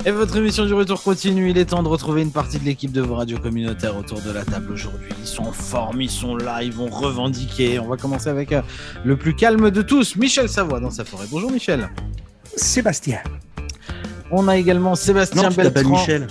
Et votre émission du retour continue. Il est temps de retrouver une partie de l'équipe de vos radios communautaires autour de la table aujourd'hui. Ils sont en forme, ils sont là, ils vont revendiquer. On va commencer avec le plus calme de tous, Michel Savoie dans sa forêt. Bonjour Michel. Sébastien. On a également Sébastien Beltran. Michel.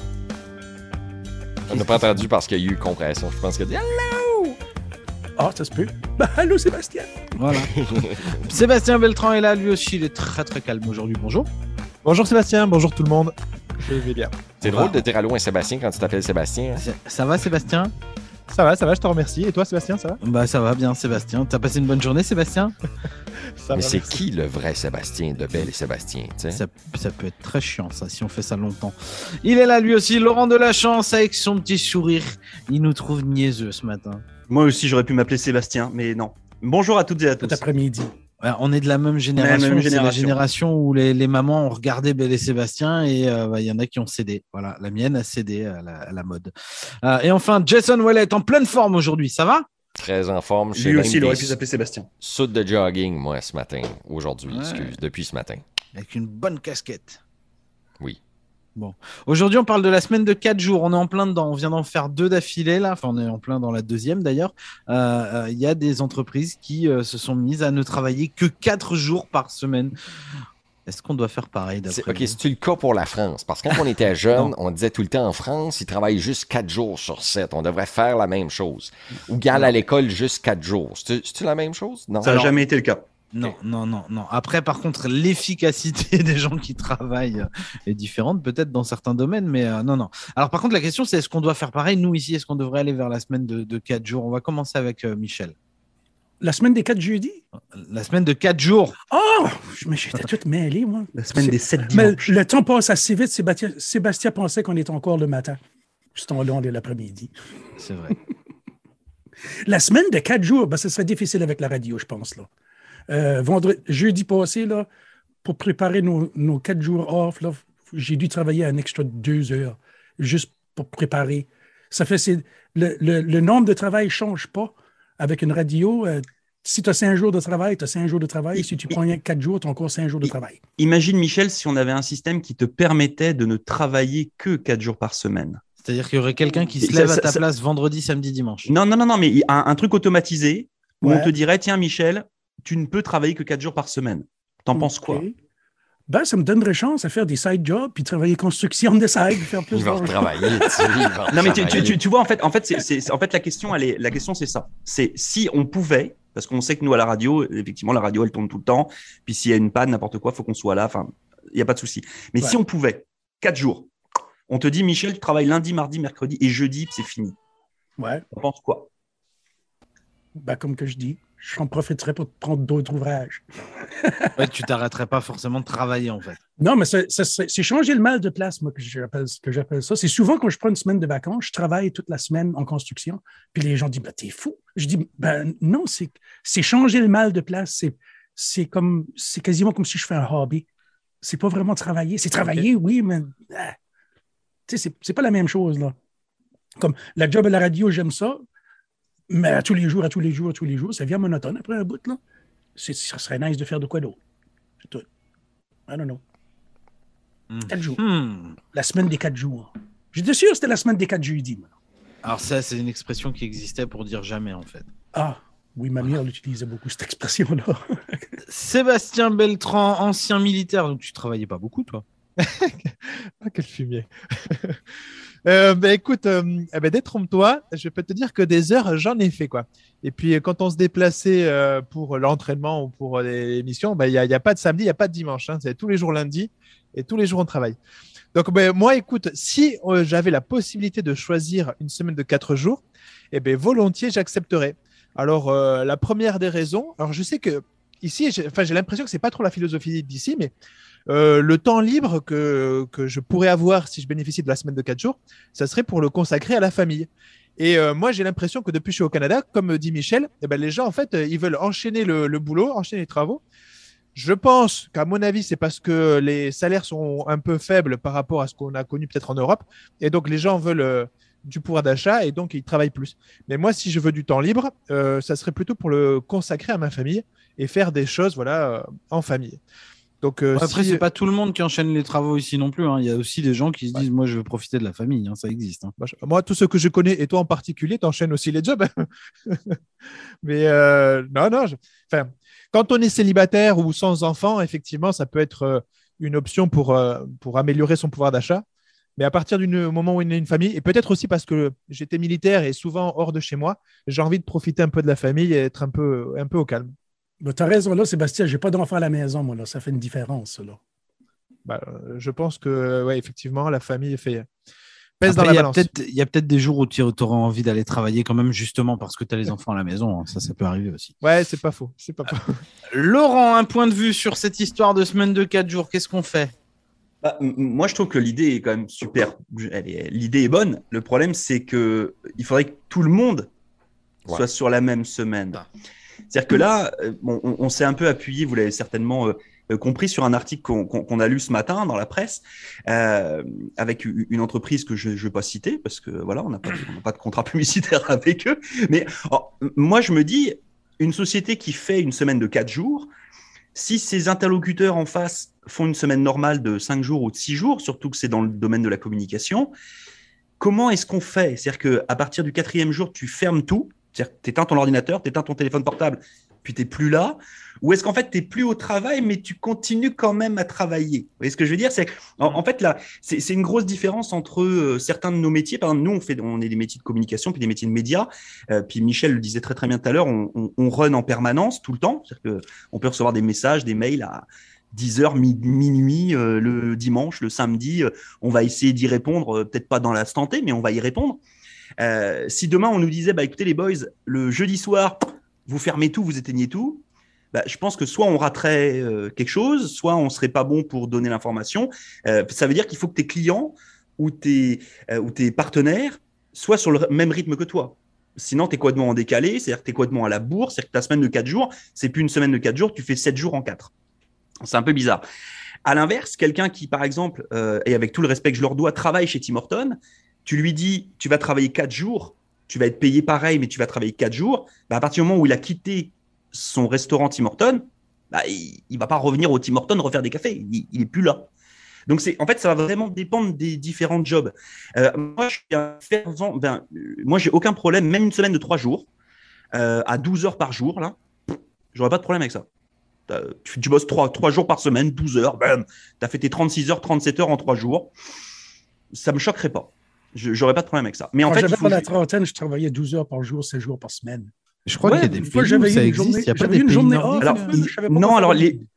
On n'a pas entendu parce qu'il y a eu compression. Je pense qu'il a dit hello. Ah, ça se peut. Ben, allô Sébastien. Voilà. Sébastien Beltran est là, lui aussi, il est très très calme aujourd'hui. Bonjour. Bonjour Sébastien, bonjour tout le monde. Je vais bien. C'est drôle de dire allô à Sébastien quand tu t'appelles Sébastien. Ça va Sébastien? Ça va, je te remercie. Et toi Sébastien, ça va? Bah ça va bien Sébastien. T'as passé une bonne journée Sébastien? Mais c'est qui le vrai Sébastien de Belle et Sébastien, tu sais? Ça peut être très chiant ça si on fait ça longtemps. Il est là lui aussi, Laurent Delachance avec son petit sourire. Il nous trouve niaiseux ce matin. Moi aussi j'aurais pu m'appeler Sébastien, mais non. Bonjour à toutes et à tous. Cet après-midi. Ouais, on est de la même génération. C'est la génération où les mamans ont regardé Belle et Sébastien et il y en a qui ont cédé. Voilà, la mienne a cédé à la mode. Et enfin, Jason Ouellet en pleine forme aujourd'hui. Ça va? Très en forme. Lui aussi, il aurait pu s'appeler Sébastien. Saute de jogging, moi, ce matin. Aujourd'hui, depuis ce matin. Avec une bonne casquette. Oui. Bon. Aujourd'hui, on parle de la semaine de 4 jours. On est en plein dedans. On vient d'en faire 2 d'affilée, là. Enfin, on est en plein dans la deuxième, d'ailleurs. Il y a des entreprises qui se sont mises à ne travailler que 4 jours par semaine. Est-ce qu'on doit faire pareil d'après vous? C'est le cas pour la France. Parce que quand on était jeune, on disait tout le temps en France, ils travaillent juste 4 jours sur 7. On devrait faire la même chose. Ou gale à l'école juste 4 jours. C'est-tu la même chose? Non. Ça n'a jamais été le cas. Non. Après, par contre, l'efficacité des gens qui travaillent est différente, peut-être dans certains domaines, mais non. Alors, par contre, la question, c'est est-ce qu'on doit faire pareil? Nous, ici, est-ce qu'on devrait aller vers la semaine de 4 jours? On va commencer avec Michel. La semaine des 4 jeudis? La semaine de 4 jours. Oh! Mais j'étais tout mêlé, moi. La semaine des 7 dimanches. Mais le temps passe assez vite. Sébastien pensait qu'on était encore le matin. Ce temps-là, on est l'après-midi. C'est vrai. La semaine de 4 jours, ce serait difficile avec la radio, je pense, là. Jeudi passé, là, pour préparer nos 4 jours off, là, j'ai dû travailler un extra 2 heures juste pour préparer. Ça fait le nombre de travail ne change pas avec une radio. Si tu as 5 jours de travail, tu as 5 jours de travail. Si tu prends 4 jours, tu as encore 5 jours de travail. Imagine, Michel, si on avait un système qui te permettait de ne travailler que 4 jours par semaine. C'est-à-dire qu'il y aurait quelqu'un qui se lève à ta place vendredi, samedi, dimanche. Non, mais un truc automatisé où on te dirait, tiens, Michel, tu ne peux travailler que 4 jours par semaine. T'en penses quoi? Ça me donnerait chance à faire des side jobs puis travailler construction de side, faire plus de travailler. Non, mais tu vois, en fait, la question, c'est ça. C'est si on pouvait, parce qu'on sait que nous, à la radio, effectivement, la radio, elle tourne tout le temps. Puis s'il y a une panne, n'importe quoi, il faut qu'on soit là. Enfin, il n'y a pas de souci. Mais si on pouvait, 4 jours, on te dit, Michel, tu travailles lundi, mardi, mercredi et jeudi, c'est fini. Ouais. Tu penses quoi? Comme que je dis, j'en profiterais pour prendre d'autres ouvrages. Ouais, tu t'arrêterais pas forcément de travailler, en fait. Non, mais c'est changer le mal de place, moi, que j'appelle ça. C'est souvent quand je prends une semaine de vacances, je travaille toute la semaine en construction, puis les gens disent, t'es fou. Je dis, non, c'est changer le mal de place. C'est quasiment comme si je fais un hobby. C'est pas vraiment travailler. C'est travailler, oui, mais c'est pas la même chose, là. Comme la job à la radio, j'aime ça. Mais à tous les jours, ça devient monotone après un bout, là. Ça serait nice de faire de quoi d'autre. C'est tout. I don't know. 4 jours. La semaine des 4 jours. J'étais sûr que c'était la semaine des 4 jeudis. Moi. Alors ça, c'est une expression qui existait pour dire jamais, en fait. Ah, oui, ma mère l'utilisait beaucoup, cette expression-là. Sébastien Beltran, ancien militaire. Donc, tu travaillais pas beaucoup, toi? Ah, quel fumier. Écoute, détrompe-toi, je peux te dire que des heures, j'en ai fait, quoi. Et puis, quand on se déplaçait pour l'entraînement ou pour les missions, il n'y a pas de samedi, il n'y a pas de dimanche. Hein, c'est tous les jours lundi et tous les jours on travaille. Donc, moi, écoute, si j'avais la possibilité de choisir une semaine de 4 jours, volontiers, j'accepterais. Alors, la première des raisons, alors je sais que ici, j'ai l'impression que c'est pas trop la philosophie d'ici, mais le temps libre que je pourrais avoir si je bénéficie de la semaine de 4 jours, ça serait pour le consacrer à la famille. Et moi, j'ai l'impression que depuis que je suis au Canada, comme dit Michel, les gens, en fait, ils veulent enchaîner le boulot, enchaîner les travaux. Je pense qu'à mon avis, c'est parce que les salaires sont un peu faibles par rapport à ce qu'on a connu peut-être en Europe. Et donc, les gens veulent du pouvoir d'achat et donc ils travaillent plus. Mais moi, si je veux du temps libre, ça serait plutôt pour le consacrer à ma famille et faire des choses en famille. Donc, Après, c'est pas tout le monde qui enchaîne les travaux ici non plus. Hein. Il y a aussi des gens qui se disent, moi, je veux profiter de la famille. Hein. Ça existe. Hein. Moi, tous ceux que je connais, et toi en particulier, t'enchaînes aussi les jobs. Mais non. Enfin, quand on est célibataire ou sans enfant, effectivement, ça peut être une option pour améliorer son pouvoir d'achat. Mais à partir du moment où on est une famille, et peut-être aussi parce que j'étais militaire et souvent hors de chez moi, j'ai envie de profiter un peu de la famille et être un peu au calme. Tu as raison là, Sébastien, j'ai pas d'enfant à la maison, moi, là. Ça fait une différence, là. Je pense que, ouais, effectivement, la famille pèse Après, dans la balance. Il y a peut-être des jours où tu auras envie d'aller travailler quand même, justement parce que tu as les enfants à la maison. Hein. Ça peut arriver aussi. Ouais, c'est pas faux. Laurent, un point de vue sur cette histoire de semaine de 4 jours. Qu'est-ce qu'on fait? Moi, je trouve que l'idée est quand même super. L'idée est bonne. Le problème, c'est que il faudrait que tout le monde soit sur la même semaine. C'est-à-dire que là, on s'est un peu appuyé, vous l'avez certainement compris, sur un article qu'on a lu ce matin dans la presse, avec une entreprise que je ne vais pas citer, parce que voilà, on n'a pas de contrat publicitaire avec eux. Mais moi, je me dis, une société qui fait une semaine de 4 jours, si ses interlocuteurs en face font une semaine normale de 5 jours ou de 6 jours, surtout que c'est dans le domaine de la communication, comment est-ce qu'on fait? C'est-à-dire qu'à partir du 4e jour, tu fermes tout, c'est-à-dire que tu éteins ton ordinateur, tu éteins ton téléphone portable, puis tu n'es plus là, ou est-ce qu'en fait, tu n'es plus au travail, mais tu continues quand même à travailler? Vous voyez ce que je veux dire? C'est en fait, là, c'est une grosse différence entre certains de nos métiers. Par exemple, nous, on est des métiers de communication, puis des métiers de médias. Puis Michel le disait très, très bien tout à l'heure, on run en permanence, tout le temps. C'est-à-dire qu'on peut recevoir des messages, des mails à 10h, minuit, le dimanche, le samedi. On va essayer d'y répondre, peut-être pas dans l'instant T, mais on va y répondre. Si demain, on nous disait, écoutez les boys, le jeudi soir, vous fermez tout, vous éteignez tout, je pense que soit on raterait quelque chose, soit on ne serait pas bon pour donner l'information. Ça veut dire qu'il faut que tes clients ou tes partenaires soient sur le même rythme que toi. Sinon, tu es complètement en décalé, c'est-à-dire que tu es complètement à la bourre, c'est-à-dire que ta semaine de 4 jours, c'est plus une semaine de 4 jours, tu fais 7 jours en 4. C'est un peu bizarre. À l'inverse, quelqu'un qui, par exemple, et avec tout le respect que je leur dois, travaille chez Tim Hortons, tu lui dis, tu vas travailler 4 jours, tu vas être payé pareil, mais tu vas travailler 4 jours. À partir du moment où il a quitté son restaurant Tim Hortons, il ne va pas revenir au Tim Hortons refaire des cafés. Il n'est plus là. Donc, en fait, ça va vraiment dépendre des différents jobs. Moi, je suis un fervent. Moi, j'ai aucun problème, même une semaine de 3 jours, à 12 heures par jour, là, j'aurais pas de problème avec ça. Tu bosses 3 jours par semaine, 12 heures, tu as fait tes 36 heures, 37 heures en 3 jours. Ça ne me choquerait pas. J'aurais pas de problème avec ça. Mais en fait, j'avais pas la trentaine, je travaillais 12 heures par jour, 7 jours par semaine. Je crois qu'il y a des pays où ça existe. Il y a pas des une pays journée nordiques. off.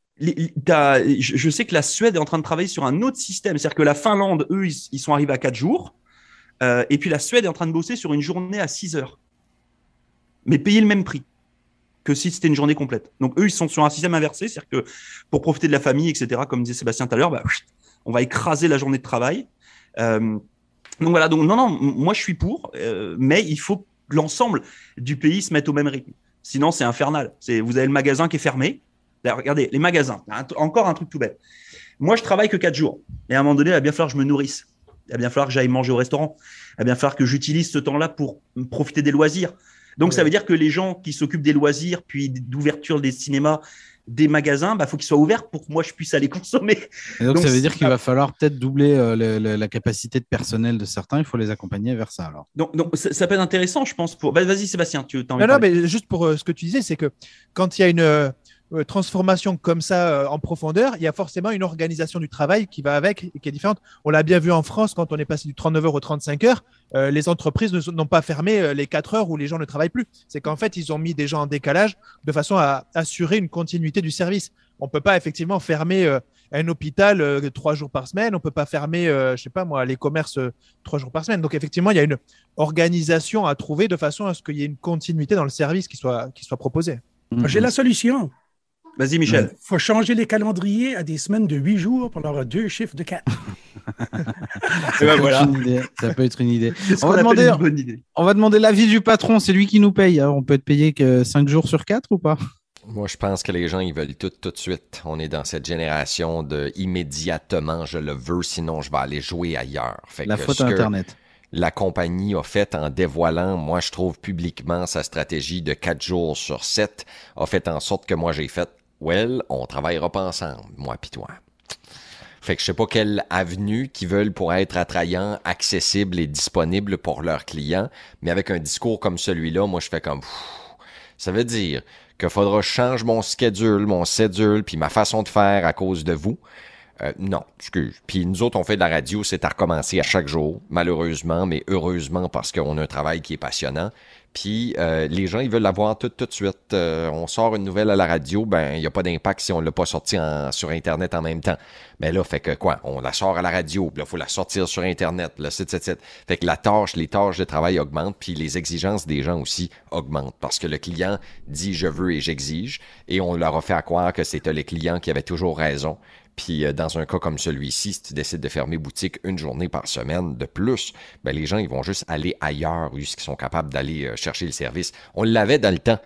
Je sais que la Suède est en train de travailler sur un autre système. C'est-à-dire que la Finlande, eux, ils sont arrivés à 4 jours. Et puis la Suède est en train de bosser sur une journée à 6 heures. Mais payer le même prix que si c'était une journée complète. Donc, eux, ils sont sur un système inversé. C'est-à-dire que pour profiter de la famille, etc., comme disait Sébastien tout à l'heure, on va écraser la journée de travail. Donc voilà, non, moi je suis pour, mais il faut que l'ensemble du pays se mette au même rythme. Sinon, c'est infernal. Vous avez le magasin qui est fermé. Là, regardez, les magasins, encore un truc tout bête. Moi, je travaille que 4 jours. Et à un moment donné, il va bien falloir que je me nourrisse. Il va bien falloir que j'aille manger au restaurant. Il va bien falloir que j'utilise ce temps-là pour profiter des loisirs. Donc, ça veut dire que les gens qui s'occupent des loisirs, puis d'ouverture des cinémas, des magasins, faut qu'ils soient ouverts pour que moi je puisse aller consommer. Et donc ça veut dire qu'il va falloir peut-être doubler la capacité de personnel de certains. Il faut les accompagner vers ça alors. Donc ça peut être intéressant, je pense. Vas-y Sébastien, tu t'en envie de parler. Non, mais juste pour ce que tu disais, c'est que quand il y a une transformation comme ça en profondeur, il y a forcément une organisation du travail qui va avec et qui est différente. On l'a bien vu en France quand on est passé du 39 heures au 35 heures. Les entreprises n'ont pas fermé les 4 heures où les gens ne travaillent plus. C'est qu'en fait, ils ont mis des gens en décalage de façon à assurer une continuité du service. On ne peut pas effectivement fermer un hôpital 3 jours par semaine. On ne peut pas fermer, je sais pas moi, les commerces 3 jours par semaine. Donc effectivement, il y a une organisation à trouver de façon à ce qu'il y ait une continuité dans le service qui soit proposé. J'ai la solution. Vas-y, Michel. Il faut changer les calendriers à des semaines de 8 jours pour avoir 2 chiffres de 4. Voilà. Ça peut être une idée. On va demander l'avis du patron. C'est lui qui nous paye. Alors, on peut être payé que 5 jours sur 4 ou pas? Moi, je pense que les gens, ils veulent tout de suite. On est dans cette génération de immédiatement, je le veux, sinon je vais aller jouer ailleurs. La faute à Internet. La compagnie a fait en dévoilant, moi je trouve publiquement sa stratégie de 4 jours sur 7, a fait en sorte que moi j'ai fait well, on travaillera pas ensemble, moi pis toi. Fait que je sais pas quelle avenue qu'ils veulent pour être attrayants, accessibles et disponibles pour leurs clients, mais avec un discours comme celui-là, moi je fais comme ça veut dire qu'il faudra que je change mon schedule, puis ma façon de faire à cause de vous. Non, excuse. Puis nous autres, on fait de la radio, c'est à recommencer à chaque jour, malheureusement, mais heureusement parce qu'on a un travail qui est passionnant. Puis les gens, ils veulent l'avoir tout de suite. On sort une nouvelle à la radio, ben il n'y a pas d'impact si on ne l'a pas sorti sur Internet en même temps. Mais là, fait que quoi? On la sort à la radio, puis là, il faut la sortir sur Internet, là, c'est. Fait que les tâches de travail augmentent, puis les exigences des gens aussi augmentent. Parce que le client dit « je veux » et « j'exige », et on leur a fait à croire que c'était le client qui avait toujours raison. Puis dans un cas comme celui-ci, si tu décides de fermer boutique une journée par semaine de plus, ben les gens ils vont juste aller ailleurs où ils sont capables d'aller chercher le service. On l'avait dans le temps.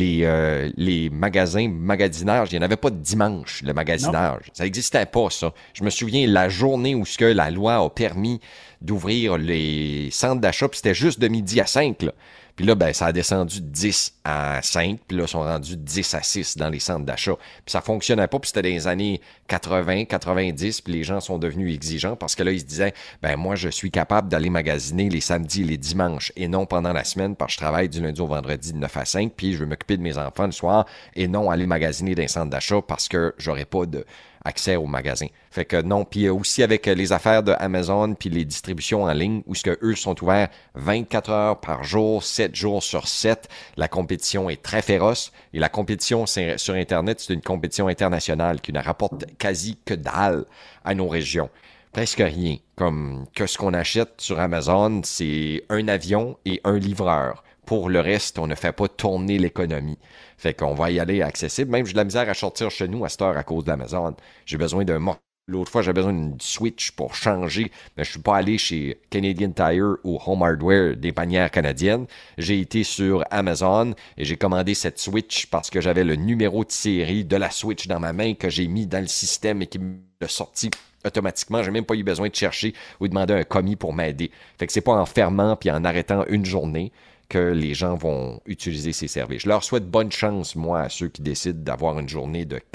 Les magasinage, il n'y en avait pas de dimanche, le magasinage. Non. Ça n'existait pas, ça. Je me souviens, la journée où la loi a permis d'ouvrir les centres d'achat, puis c'était juste de midi à 5, là. Puis là, ben, ça a descendu de 10 à 5, puis là, ils sont rendus de 10 à 6 dans les centres d'achat. Puis ça fonctionnait pas, puis c'était dans les années 80, 90, puis les gens sont devenus exigeants parce que là, ils se disaient, ben moi, je suis capable d'aller magasiner les samedis et les dimanches et non pendant la semaine parce que je travaille du lundi au vendredi de 9 à 5, puis je veux m'occuper de mes enfants le soir et non aller magasiner dans les centres d'achat parce que j'aurais pas accès au magasin. Fait que non, puis aussi avec les affaires de Amazon puis les distributions en ligne où ce que eux sont ouverts 24 heures par jour, 7 jours sur 7, la compétition est très féroce et la compétition sur Internet, c'est une compétition internationale qui ne rapporte quasi que dalle à nos régions. Presque rien. Comme que ce qu'on achète sur Amazon, c'est un avion et un livreur. Pour le reste, on ne fait pas tourner l'économie. Fait qu'on va y aller accessible. Même j'ai de la misère à sortir chez nous à cette heure à cause d'Amazon. J'ai besoin d'un L'autre fois, j'avais besoin d'une Switch pour changer, mais je suis pas allé chez Canadian Tire ou Home Hardware, des bannières canadiennes. J'ai été sur Amazon et j'ai commandé cette Switch parce que j'avais le numéro de série de la Switch dans ma main que j'ai mis dans le système et qui m'a sorti automatiquement. J'ai même pas eu besoin de chercher ou de demander un commis pour m'aider. Fait que c'est pas en fermant puis en arrêtant une journée que les gens vont utiliser ces services. Je leur souhaite bonne chance, moi, à ceux qui décident d'avoir une journée de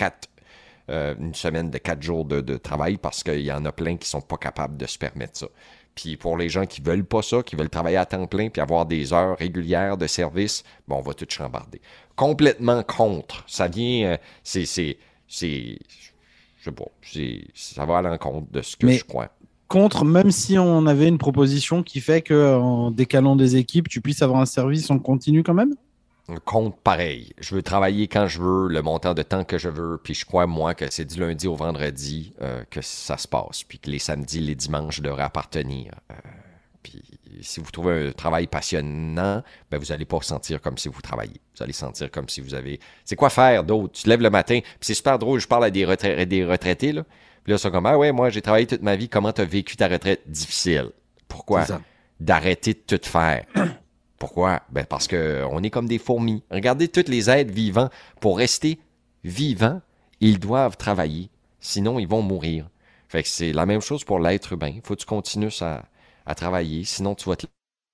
une semaine de 4 jours de travail parce qu'il y en a plein qui sont pas capables de se permettre ça. Puis pour les gens qui veulent pas ça, qui veulent travailler à temps plein puis avoir des heures régulières de service, bon, on va tout chambarder. Complètement contre. Ça vient, je sais pas, ça va à l'encontre de ce que je crois. Contre, même si on avait une proposition qui fait qu'en décalant des équipes, tu puisses avoir un service en continu quand même? Compte pareil. Je veux travailler quand je veux, le montant de temps que je veux, puis je crois, moi, que c'est du lundi au vendredi que ça se passe, puis que les samedis, les dimanches devraient appartenir. Puis si vous trouvez un travail passionnant, ben vous n'allez pas sentir comme si vous travaillez. Vous allez sentir comme si vous avez... C'est quoi faire d'autre? Tu te lèves le matin, puis c'est super drôle, je parle à des retraités, là. Puis là, ils sont comme, ah ouais, moi, j'ai travaillé toute ma vie, comment tu as vécu ta retraite? Difficile. Pourquoi? D'arrêter de tout faire. Pourquoi? Ben parce qu'on est comme des fourmis. Regardez tous les êtres vivants. Pour rester vivants, ils doivent travailler. Sinon, ils vont mourir. Fait que c'est la même chose pour l'être humain. Il faut que tu continues à travailler. Sinon, tu vas te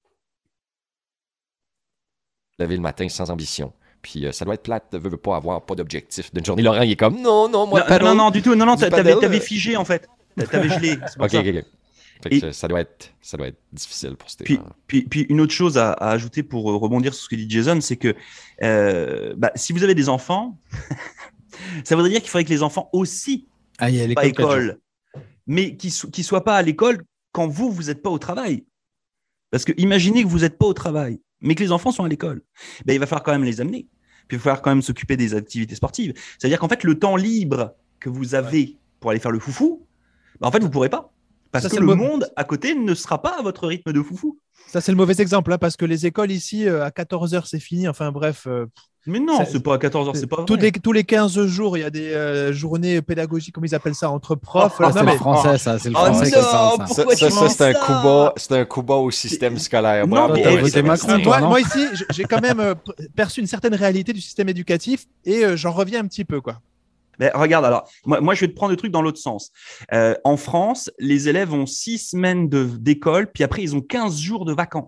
lever le matin sans ambition. Puis ça doit être plate de veux pas avoir pas d'objectif d'une journée. Laurent, il est comme, non, moi, non, du tout. Non, t'avais figé, en fait. T'avais gelé. OK. Fait que ça doit être difficile pour ces gens. Puis une autre chose à ajouter pour rebondir sur ce que dit Jason, c'est que si vous avez des enfants, ça voudrait dire qu'il faudrait que les enfants aussi aillent à l'école, mais qu'ils soient pas à l'école quand vous n'êtes pas au travail. Parce que imaginez que vous n'êtes pas au travail, mais que les enfants sont à l'école. Ben, il va falloir quand même les amener. Puis il va falloir quand même s'occuper des activités sportives. C'est-à-dire qu'en fait, le temps libre que vous avez pour aller faire le foufou, en fait, vous ne pourrez pas. Parce que le monde à côté ne sera pas à votre rythme de foufou. Ça, c'est le mauvais exemple, hein, parce que les écoles ici, à 14h, c'est fini. Enfin, bref. Mais non, c'est pas à 14h, c'est pas vrai. Tous les 15 jours, il y a des journées pédagogiques, comme ils appellent ça, entre profs. C'est le français, ça. C'est le français qui parle, ça. C'est un coup bas au système scolaire. Moi, ici, j'ai quand même perçu une certaine réalité du système éducatif et j'en reviens un petit peu, quoi. Mais regarde, alors, moi, je vais te prendre le truc dans l'autre sens. En France, les élèves ont 6 semaines d'école, puis après, ils ont 15 jours de vacances.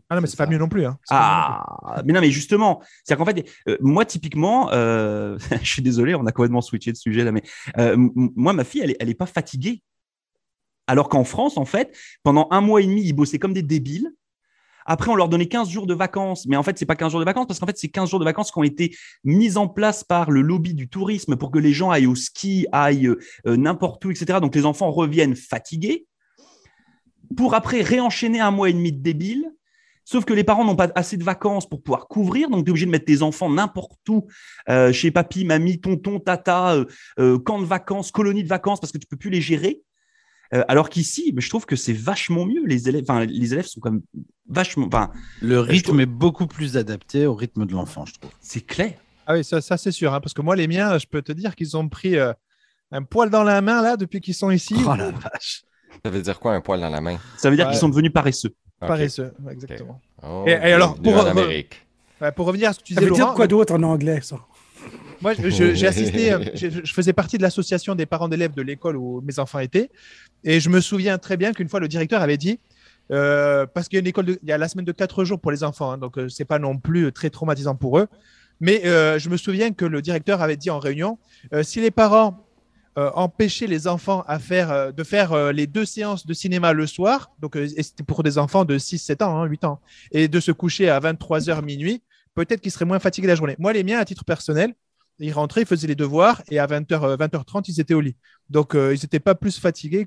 Ah non, mais c'est pas ça. mieux non plus. Hein. C'est pas mieux non plus. Ah, mais non, mais justement, c'est-à-dire qu'en fait, moi, typiquement, je suis désolé, on a complètement switché de sujet là, mais moi, ma fille, elle est pas fatiguée. Alors qu'en France, en fait, pendant 1 mois et demi, ils bossaient comme des débiles. Après, on leur donnait 15 jours de vacances. Mais en fait, c'est pas 15 jours de vacances parce qu'en fait, c'est 15 jours de vacances qui ont été mis en place par le lobby du tourisme pour que les gens aillent au ski, aillent n'importe où, etc. Donc, les enfants reviennent fatigués pour après réenchaîner 1 mois et demi de débiles. Sauf que les parents n'ont pas assez de vacances pour pouvoir couvrir. Donc, tu es obligé de mettre tes enfants n'importe où, chez papy, mamie, tonton, tata, camp de vacances, colonie de vacances, parce que tu peux plus les gérer. Alors qu'ici, je trouve que c'est vachement mieux. Les élèves sont quand même vachement. Le rythme est beaucoup plus adapté au rythme de l'enfant, je trouve. C'est clair. Ah oui, ça c'est sûr. Hein, parce que moi, les miens, je peux te dire qu'ils ont pris un poil dans la main là depuis qu'ils sont ici. Oh la vache. Ça veut dire quoi, un poil dans la main? Ça veut dire Ouais. qu'ils sont devenus paresseux. Ok. Paresseux, exactement. Oh, Et alors, bienvenue pour- en Amérique. Ouais, pour revenir à ce que tu Ça disais, veut dire Laurent, quoi d'autre en anglais, ça? moi, j'ai assisté, je faisais partie de l'association des parents d'élèves de l'école où mes enfants étaient, et je me souviens très bien qu'une fois le directeur avait dit, parce qu'il y a une école, il y a la semaine de 4 jours pour les enfants, hein, donc c'est pas non plus très traumatisant pour eux, mais je me souviens que le directeur avait dit en réunion, si les parents empêchaient les enfants de faire les 2 séances de cinéma le soir, donc et c'était pour des enfants de 6-7 ans, hein, 8 ans, et de se coucher à 23h minuit, peut-être qu'ils seraient moins fatigués la journée. Moi, les miens, à titre personnel, ils rentraient, ils faisaient les devoirs et à 20h30, ils étaient au lit. Donc, ils n'étaient pas plus fatigués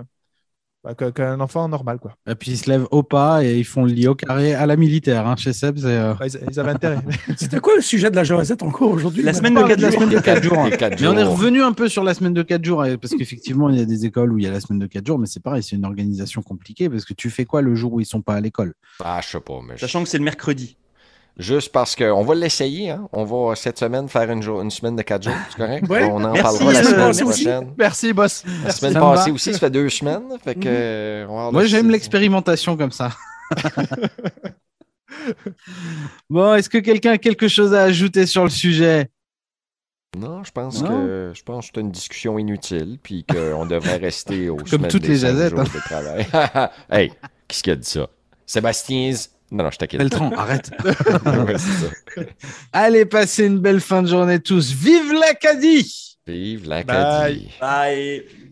qu'un enfant normal, quoi. Et puis ils se lèvent au pas et ils font le lit au carré à la militaire. Hein, chez Seb, c'est. Ils avaient intérêt. C'était quoi le sujet de la jasette encore aujourd'hui? La là? semaine de 4 la jours. semaine de 4 jours. Hein. Les 4 Mais on est jours. revenu un peu sur la semaine de 4 jours, parce qu'effectivement, il y a des écoles où il y a la semaine de 4 jours, mais c'est pareil, c'est une organisation compliquée, parce que tu fais quoi le jour où ils sont pas à l'école? Ah, je sais pas, mais Sachant que c'est le mercredi. juste parce qu'on va l'essayer, hein. On va cette semaine faire une semaine de 4 jours, c'est correct? Ouais. On en Merci, parlera la semaine merci aussi. prochaine. Merci, boss. La semaine Ça me passée va. aussi, ça fait 2 semaines. Fait que, on va voir Moi, là, j'aime c'est- l'expérimentation comme ça. Bon, est-ce que quelqu'un a quelque chose à ajouter sur le sujet? Non, je pense Non. que c'est une discussion inutile, puis qu'on devrait rester aux Comme toutes les jazettes, jours de travail. Hey, qu'est-ce qui a dit ça? Sébastien. Non, je t'inquiète. Beltran, arrête. Ouais, c'est ça. Allez, passez une belle fin de journée tous. Vive l'Acadie! Vive Bye. l'Acadie. Bye.